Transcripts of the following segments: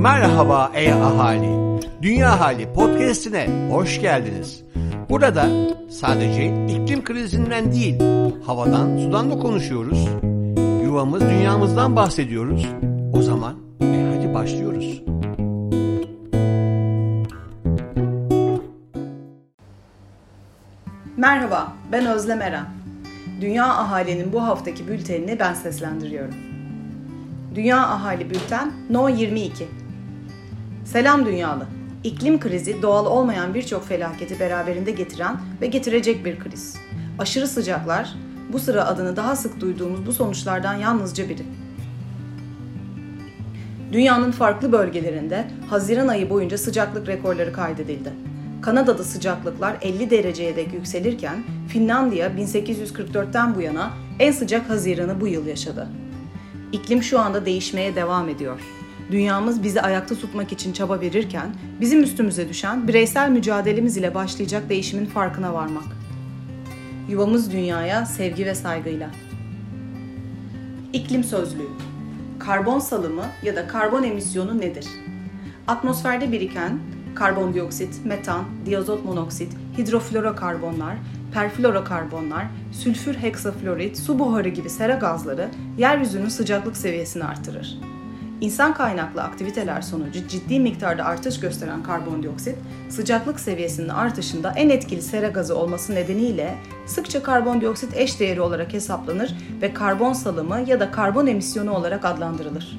Merhaba ey ahali. Dünya Hali podcast'ine hoş geldiniz. Burada sadece iklim krizinden değil, havadan, sudan da konuşuyoruz. Yuvamız, dünyamızdan bahsediyoruz. O zaman hadi başlıyoruz. Merhaba, ben Özlem Eren. Dünya Ahali'nin bu haftaki bültenini ben seslendiriyorum. Dünya Ahali Bülten No 22. Selam dünyalı. İklim krizi doğal olmayan birçok felaketi beraberinde getiren ve getirecek bir kriz. Aşırı sıcaklar, bu sıra adını daha sık duyduğumuz bu sonuçlardan yalnızca biri. Dünyanın farklı bölgelerinde Haziran ayı boyunca sıcaklık rekorları kaydedildi. Kanada'da sıcaklıklar 50 dereceye dek yükselirken Finlandiya 1844'ten bu yana en sıcak Haziran'ı bu yıl yaşadı. İklim şu anda değişmeye devam ediyor. Dünyamız bizi ayakta tutmak için çaba verirken bizim üstümüze düşen bireysel mücadelemiz ile başlayacak değişimin farkına varmak. Yuvamız dünyaya sevgi ve saygıyla. İklim sözlüğü. Karbon salımı ya da karbon emisyonu nedir? Atmosferde biriken karbondioksit, metan, diazot monoksit, hidroflorokarbonlar, perfluorokarbonlar, sülfür heksaflorit, su buharı gibi sera gazları yeryüzünün sıcaklık seviyesini artırır. İnsan kaynaklı aktiviteler sonucu ciddi miktarda artış gösteren karbondioksit, sıcaklık seviyesinin artışında en etkili sera gazı olması nedeniyle sıkça karbondioksit eşdeğeri olarak hesaplanır ve karbon salımı ya da karbon emisyonu olarak adlandırılır.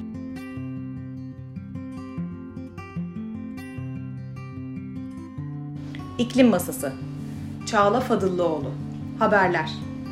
İklim Masası. Çağla Fadıllıoğlu. Haberler.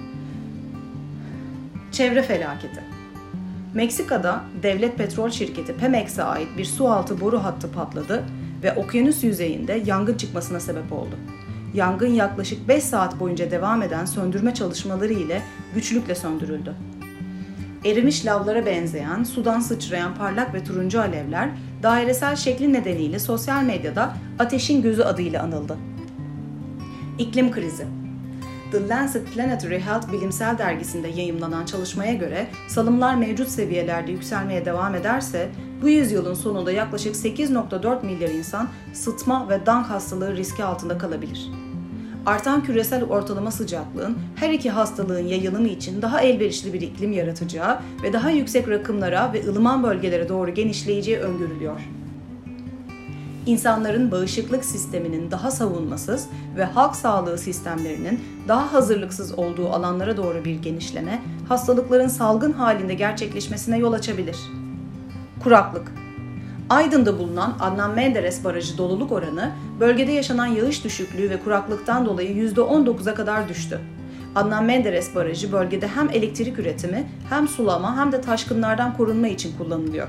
Çevre felaketi. Meksika'da devlet petrol şirketi Pemex'e ait bir sualtı boru hattı patladı ve okyanus yüzeyinde yangın çıkmasına sebep oldu. Yangın yaklaşık 5 saat boyunca devam eden söndürme çalışmaları ile güçlükle söndürüldü. Erimiş lavlara benzeyen, sudan sıçrayan parlak ve turuncu alevler dairesel şekli nedeniyle sosyal medyada Ateşin Gözü adıyla anıldı. İklim krizi. The Lancet Planetary Health bilimsel dergisinde yayımlanan çalışmaya göre salımlar mevcut seviyelerde yükselmeye devam ederse bu yüzyılın sonunda yaklaşık 8,4 milyar insan sıtma ve dank hastalığı riski altında kalabilir. Artan küresel ortalama sıcaklığın her iki hastalığın yayılımı için daha elverişli bir iklim yaratacağı ve daha yüksek rakımlara ve ılıman bölgelere doğru genişleyeceği öngörülüyor. İnsanların bağışıklık sisteminin daha savunmasız ve halk sağlığı sistemlerinin daha hazırlıksız olduğu alanlara doğru bir genişleme, hastalıkların salgın halinde gerçekleşmesine yol açabilir. Kuraklık. Aydın'da bulunan Adnan Menderes Barajı doluluk oranı, bölgede yaşanan yağış düşüklüğü ve kuraklıktan dolayı %19'a kadar düştü. Adnan Menderes Barajı bölgede hem elektrik üretimi, hem sulama hem de taşkınlardan korunma için kullanılıyor.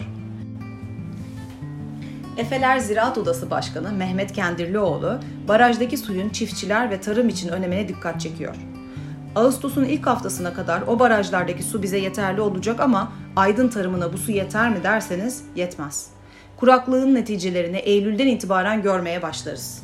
Efeler Ziraat Odası Başkanı Mehmet Kendirlioğlu, barajdaki suyun çiftçiler ve tarım için önemine dikkat çekiyor. Ağustos'un ilk haftasına kadar o barajlardaki su bize yeterli olacak ama Aydın tarımına bu su yeter mi derseniz yetmez. Kuraklığın neticelerini Eylül'den itibaren görmeye başlarız.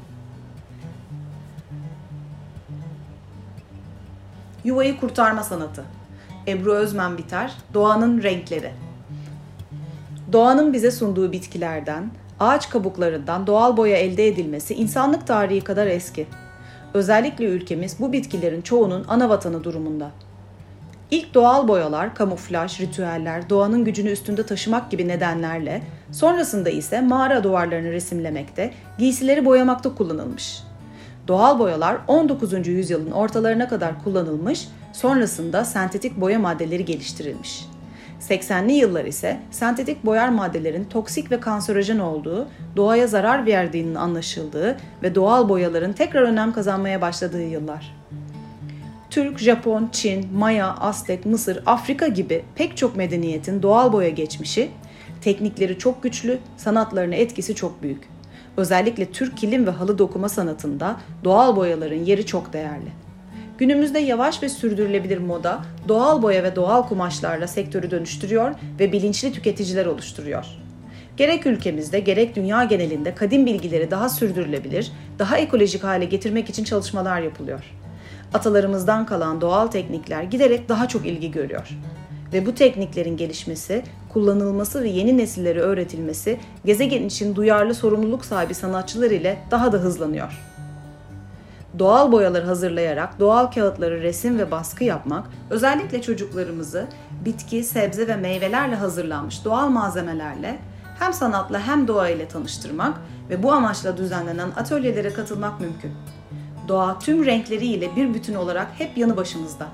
Yuvayı kurtarma sanatı. Ebru Özmen Biter, Doğanın Renkleri. Doğanın bize sunduğu bitkilerden, ağaç kabuklarından doğal boya elde edilmesi insanlık tarihi kadar eski. Özellikle ülkemiz bu bitkilerin çoğunun ana vatanı durumunda. İlk doğal boyalar, kamuflaj, ritüeller, doğanın gücünü üstünde taşımak gibi nedenlerle, sonrasında ise mağara duvarlarını resimlemekte, giysileri boyamakta kullanılmış. Doğal boyalar 19. yüzyılın ortalarına kadar kullanılmış, sonrasında sentetik boya maddeleri geliştirilmiş. 80'li yıllar ise sentetik boyar maddelerin toksik ve kanserojen olduğu, doğaya zarar verdiğinin anlaşıldığı ve doğal boyaların tekrar önem kazanmaya başladığı yıllar. Türk, Japon, Çin, Maya, Aztek, Mısır, Afrika gibi pek çok medeniyetin doğal boya geçmişi, teknikleri çok güçlü, sanatlarına etkisi çok büyük. Özellikle Türk kilim ve halı dokuma sanatında doğal boyaların yeri çok değerli. Günümüzde yavaş ve sürdürülebilir moda, doğal boya ve doğal kumaşlarla sektörü dönüştürüyor ve bilinçli tüketiciler oluşturuyor. Gerek ülkemizde gerek dünya genelinde kadim bilgileri daha sürdürülebilir, daha ekolojik hale getirmek için çalışmalar yapılıyor. Atalarımızdan kalan doğal teknikler giderek daha çok ilgi görüyor. Ve bu tekniklerin gelişmesi, kullanılması ve yeni nesillere öğretilmesi gezegen için duyarlı sorumluluk sahibi sanatçılar ile daha da hızlanıyor. Doğal boyalar hazırlayarak doğal kağıtları resim ve baskı yapmak, özellikle çocuklarımızı bitki, sebze ve meyvelerle hazırlanmış doğal malzemelerle hem sanatla hem doğa ile tanıştırmak ve bu amaçla düzenlenen atölyelere katılmak mümkün. Doğa tüm renkleriyle bir bütün olarak hep yanı başımızda.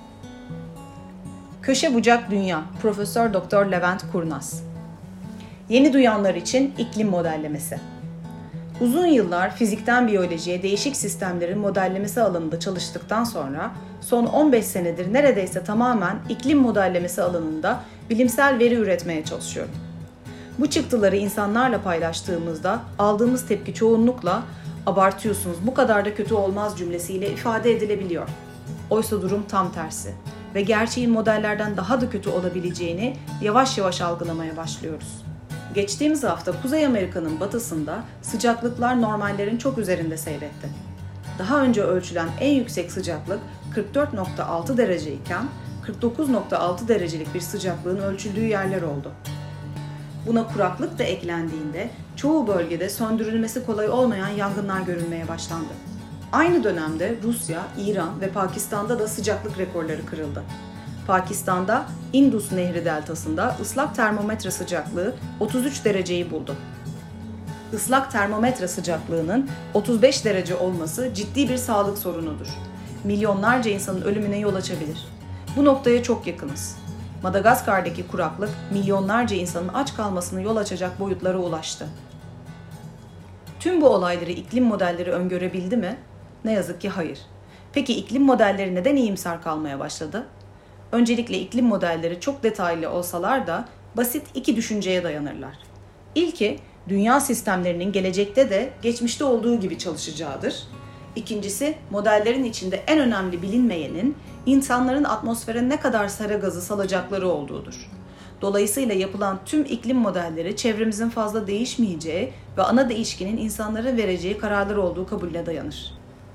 Köşe bucak dünya, Profesör Doktor Levent Kurnaz. Yeni duyanlar için iklim modellemesi. Uzun yıllar fizikten biyolojiye değişik sistemlerin modellemesi alanında çalıştıktan sonra son 15 senedir neredeyse tamamen iklim modellemesi alanında bilimsel veri üretmeye çalışıyorum. Bu çıktıları insanlarla paylaştığımızda aldığımız tepki çoğunlukla "abartıyorsunuz, bu kadar da kötü olmaz" cümlesiyle ifade edilebiliyor. Oysa durum tam tersi ve gerçeğin modellerden daha da kötü olabileceğini yavaş yavaş algılamaya başlıyoruz. Geçtiğimiz hafta Kuzey Amerika'nın batısında sıcaklıklar normallerin çok üzerinde seyretti. Daha önce ölçülen en yüksek sıcaklık 44,6 derece iken 49,6 derecelik bir sıcaklığın ölçüldüğü yerler oldu. Buna kuraklık da eklendiğinde çoğu bölgede söndürülmesi kolay olmayan yangınlar görülmeye başlandı. Aynı dönemde Rusya, İran ve Pakistan'da da sıcaklık rekorları kırıldı. Pakistan'da Indus Nehri deltasında ıslak termometre sıcaklığı 33 dereceyi buldu. Islak termometre sıcaklığının 35 derece olması ciddi bir sağlık sorunudur. Milyonlarca insanın ölümüne yol açabilir. Bu noktaya çok yakınız. Madagaskar'daki kuraklık milyonlarca insanın aç kalmasına yol açacak boyutlara ulaştı. Tüm bu olayları iklim modelleri öngörebildi mi? Ne yazık ki hayır. Peki iklim modelleri neden iyimser kalmaya başladı? Öncelikle iklim modelleri çok detaylı olsalar da basit iki düşünceye dayanırlar. İlki, dünya sistemlerinin gelecekte de geçmişte olduğu gibi çalışacağıdır. İkincisi, modellerin içinde en önemli bilinmeyenin insanların atmosfere ne kadar sera gazı salacakları olduğudur. Dolayısıyla yapılan tüm iklim modelleri çevremizin fazla değişmeyeceği ve ana değişkenin insanlara vereceği kararlar olduğu kabulüne dayanır.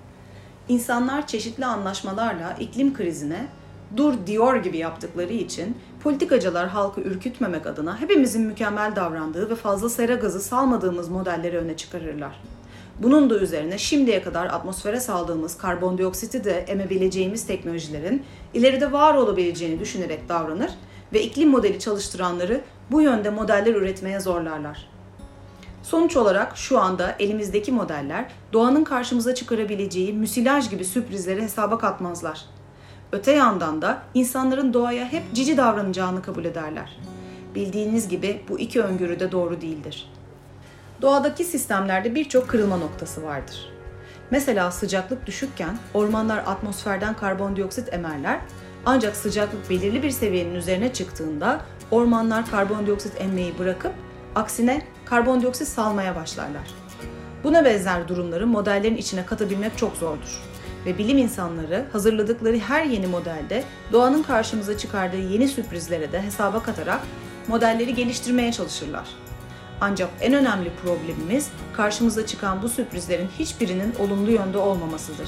İnsanlar çeşitli anlaşmalarla iklim krizine dur diyor gibi yaptıkları için politikacılar halkı ürkütmemek adına hepimizin mükemmel davrandığı ve fazla sera gazı salmadığımız modelleri öne çıkarırlar. Bunun da üzerine şimdiye kadar atmosfere saldığımız karbondioksiti de emebileceğimiz teknolojilerin ileride var olabileceğini düşünerek davranır ve iklim modeli çalıştıranları bu yönde modeller üretmeye zorlarlar. Sonuç olarak şu anda elimizdeki modeller doğanın karşımıza çıkarabileceği müsilaj gibi sürprizleri hesaba katmazlar. Öte yandan da insanların doğaya hep cici davranacağını kabul ederler. Bildiğiniz gibi bu iki öngörü de doğru değildir. Doğadaki sistemlerde birçok kırılma noktası vardır. Mesela sıcaklık düşükken ormanlar atmosferden karbondioksit emerler, ancak sıcaklık belirli bir seviyenin üzerine çıktığında ormanlar karbondioksit emmeyi bırakıp aksine karbondioksit salmaya başlarlar. Buna benzer durumları modellerin içine katabilmek çok zordur. Ve bilim insanları hazırladıkları her yeni modelde doğanın karşımıza çıkardığı yeni sürprizlere de hesaba katarak modelleri geliştirmeye çalışırlar. Ancak en önemli problemimiz karşımıza çıkan bu sürprizlerin hiçbirinin olumlu yönde olmamasıdır.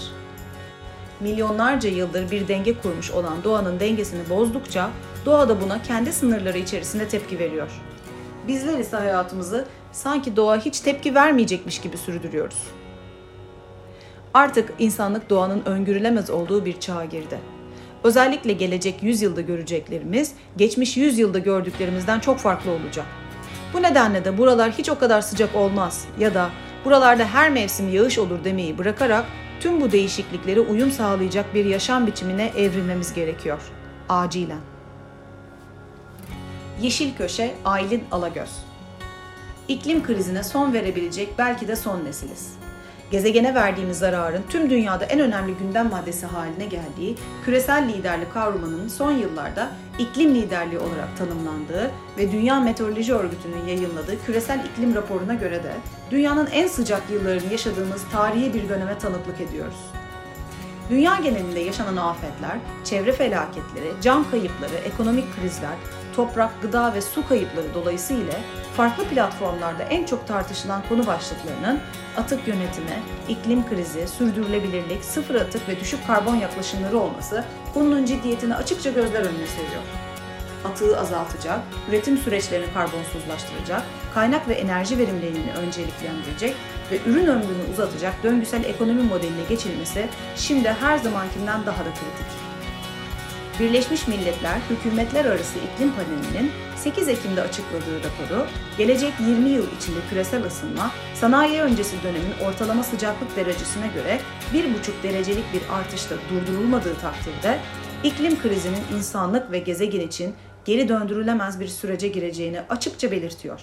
Milyonlarca yıldır bir denge kurmuş olan doğanın dengesini bozdukça doğa da buna kendi sınırları içerisinde tepki veriyor. Bizler ise hayatımızı sanki doğa hiç tepki vermeyecekmiş gibi sürdürüyoruz. Artık insanlık doğanın öngörülemez olduğu bir çağa girdi. Özellikle gelecek 100 yılda göreceklerimiz, geçmiş 100 yılda gördüklerimizden çok farklı olacak. Bu nedenle de buralar hiç o kadar sıcak olmaz ya da buralarda her mevsim yağış olur demeyi bırakarak tüm bu değişikliklere uyum sağlayacak bir yaşam biçimine evrilmemiz gerekiyor. Acilen. Yeşil Köşe, Aylin Alagöz. İklim krizine son verebilecek belki de son nesiliz. Gezegene verdiğimiz zararın tüm dünyada en önemli gündem maddesi haline geldiği küresel liderlik kavramının son yıllarda iklim liderliği olarak tanımlandığı ve Dünya Meteoroloji Örgütü'nün yayınladığı küresel iklim raporuna göre de dünyanın en sıcak yıllarını yaşadığımız tarihi bir döneme tanıklık ediyoruz. Dünya genelinde yaşanan afetler, çevre felaketleri, can kayıpları, ekonomik krizler, toprak, gıda ve su kayıpları dolayısıyla farklı platformlarda en çok tartışılan konu başlıklarının atık yönetimi, iklim krizi, sürdürülebilirlik, sıfır atık ve düşük karbon yaklaşımları olması konunun ciddiyetini açıkça gözler önüne seriyor. atığı azaltacak, üretim süreçlerini karbonsuzlaştıracak, kaynak ve enerji verimliliğini önceliklendirecek ve ürün ömrünü uzatacak döngüsel ekonomi modeline geçilmesi şimdi her zamankinden daha da kritik. Birleşmiş Milletler Hükümetler Arası İklim Paneli'nin 8 Ekim'de açıkladığı raporu, gelecek 20 yıl içinde küresel ısınma, sanayi öncesi dönemin ortalama sıcaklık derecesine göre 1,5 derecelik bir artışta durdurulmadığı takdirde, iklim krizinin insanlık ve gezegen için geri döndürülemez bir sürece gireceğini açıkça belirtiyor.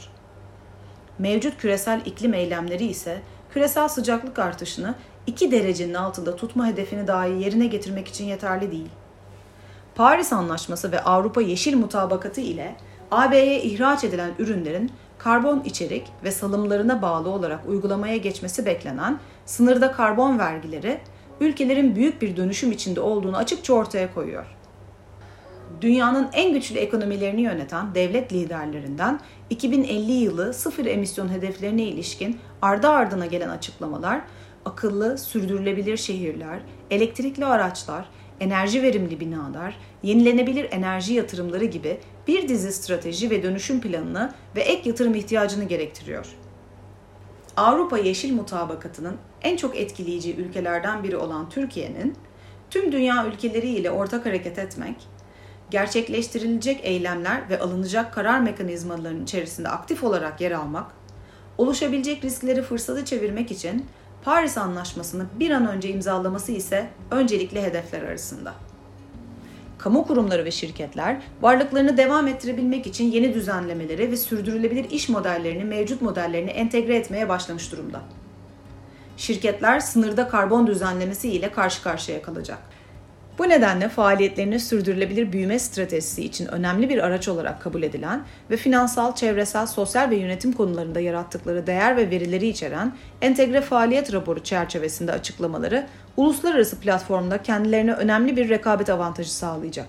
Mevcut küresel iklim eylemleri ise küresel sıcaklık artışını 2 derecenin altında tutma hedefini dahi yerine getirmek için yeterli değil. Paris Anlaşması ve Avrupa Yeşil Mutabakatı ile AB'ye ihraç edilen ürünlerin karbon içerik ve salımlarına bağlı olarak uygulamaya geçmesi beklenen sınırda karbon vergileri, ülkelerin büyük bir dönüşüm içinde olduğunu açıkça ortaya koyuyor. Dünyanın en güçlü ekonomilerini yöneten devlet liderlerinden 2050 yılı sıfır emisyon hedeflerine ilişkin ardı ardına gelen açıklamalar, akıllı, sürdürülebilir şehirler, elektrikli araçlar, enerji verimli binalar, yenilenebilir enerji yatırımları gibi bir dizi strateji ve dönüşüm planını ve ek yatırım ihtiyacını gerektiriyor. Avrupa Yeşil Mutabakatı'nın en çok etkileyici ülkelerden biri olan Türkiye'nin, tüm dünya ülkeleriyle ortak hareket etmek, gerçekleştirilecek eylemler ve alınacak karar mekanizmalarının içerisinde aktif olarak yer almak, oluşabilecek riskleri fırsata çevirmek için Paris Anlaşması'nı bir an önce imzalaması ise öncelikli hedefler arasında. Kamu kurumları ve şirketler varlıklarını devam ettirebilmek için yeni düzenlemeleri ve sürdürülebilir iş modellerini mevcut modellerine entegre etmeye başlamış durumda. Şirketler sınırda karbon düzenlemesi ile karşı karşıya kalacak. Bu nedenle faaliyetlerini sürdürülebilir büyüme stratejisi için önemli bir araç olarak kabul edilen ve finansal, çevresel, sosyal ve yönetim konularında yarattıkları değer ve verileri içeren entegre faaliyet raporu çerçevesinde açıklamaları uluslararası platformda kendilerine önemli bir rekabet avantajı sağlayacak.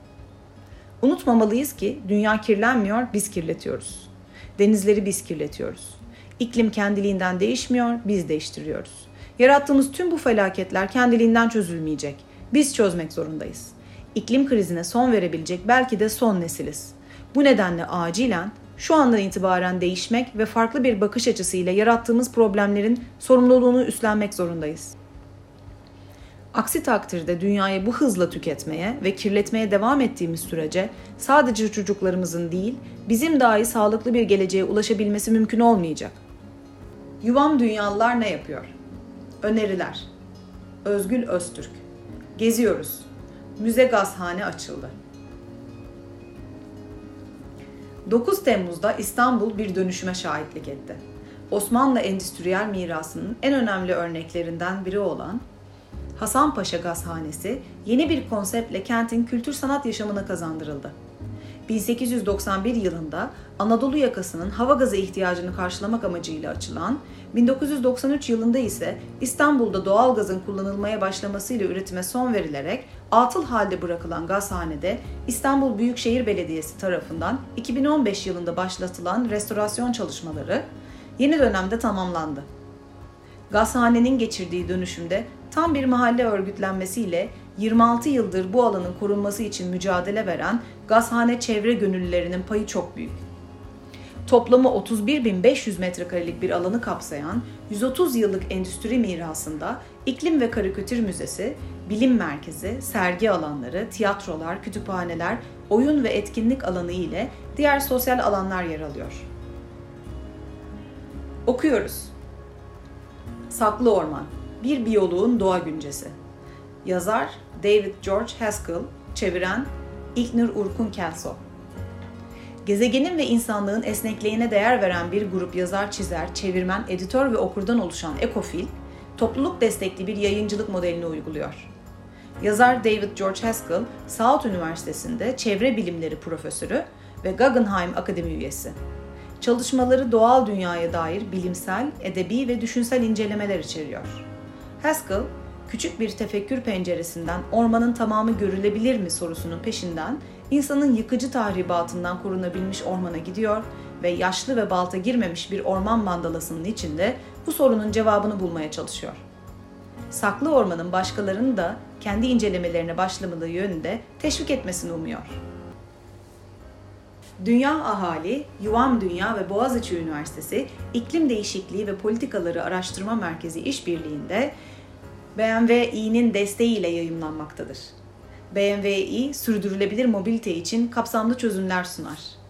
Unutmamalıyız ki dünya kirlenmiyor, biz kirletiyoruz. Denizleri biz kirletiyoruz. İklim kendiliğinden değişmiyor, biz değiştiriyoruz. Yarattığımız tüm bu felaketler kendiliğinden çözülmeyecek. Biz çözmek zorundayız. İklim krizine son verebilecek belki de son nesiliz. Bu nedenle acilen şu andan itibaren değişmek ve farklı bir bakış açısıyla yarattığımız problemlerin sorumluluğunu üstlenmek zorundayız. Aksi takdirde dünyayı bu hızla tüketmeye ve kirletmeye devam ettiğimiz sürece sadece çocuklarımızın değil, bizim dahi sağlıklı bir geleceğe ulaşabilmesi mümkün olmayacak. Yuvam Dünyalılar ne yapıyor? Öneriler. Özgül Öztürk. Geziyoruz. Müze gazhane açıldı. 9 Temmuz'da İstanbul bir dönüşüme şahitlik etti. Osmanlı endüstriyel mirasının en önemli örneklerinden biri olan Hasanpaşa Gazhanesi yeni bir konseptle kentin kültür sanat yaşamına kazandırıldı. 1891 yılında Anadolu yakasının hava gazı ihtiyacını karşılamak amacıyla açılan, 1993 yılında ise İstanbul'da doğal gazın kullanılmaya başlamasıyla üretime son verilerek atıl halde bırakılan gazhanede İstanbul Büyükşehir Belediyesi tarafından 2015 yılında başlatılan restorasyon çalışmaları yeni dönemde tamamlandı. Gazhanenin geçirdiği dönüşümde tam bir mahalle örgütlenmesiyle 26 yıldır bu alanın korunması için mücadele veren gazhane çevre gönüllülerinin payı çok büyük. Toplamı 31.500 metrekarelik bir alanı kapsayan 130 yıllık endüstri mirasında iklim ve karikatür müzesi, bilim merkezi, sergi alanları, tiyatrolar, kütüphaneler, oyun ve etkinlik alanı ile diğer sosyal alanlar yer alıyor. Okuyoruz. Saklı Orman, bir biyoloğun doğa güncesi. Yazar David George Haskell, çeviren İlknur Urkun Kelso. Gezegenin ve insanlığın esnekliğine değer veren bir grup yazar, çizer, çevirmen, editör ve okurdan oluşan Ekofil, topluluk destekli bir yayıncılık modelini uyguluyor. Yazar David George Haskell, South Üniversitesi'nde çevre bilimleri profesörü ve Guggenheim Akademi üyesi. Çalışmaları doğal dünyaya dair bilimsel, edebi ve düşünsel incelemeler içeriyor. Haskell, küçük bir tefekkür penceresinden ormanın tamamı görülebilir mi sorusunun peşinden insanın yıkıcı tahribatından korunabilmiş ormana gidiyor ve yaşlı ve balta girmemiş bir orman mandalasının içinde bu sorunun cevabını bulmaya çalışıyor. Saklı Orman'ın başkalarını da kendi incelemelerine başlamaları yönünde teşvik etmesini umuyor. Dünya Ahali, Yuvam Dünya ve Boğaziçi Üniversitesi İklim Değişikliği ve Politikaları Araştırma Merkezi işbirliğinde BMWi'nin desteğiyle yayımlanmaktadır. BMWi, sürdürülebilir mobilite için kapsamlı çözümler sunar.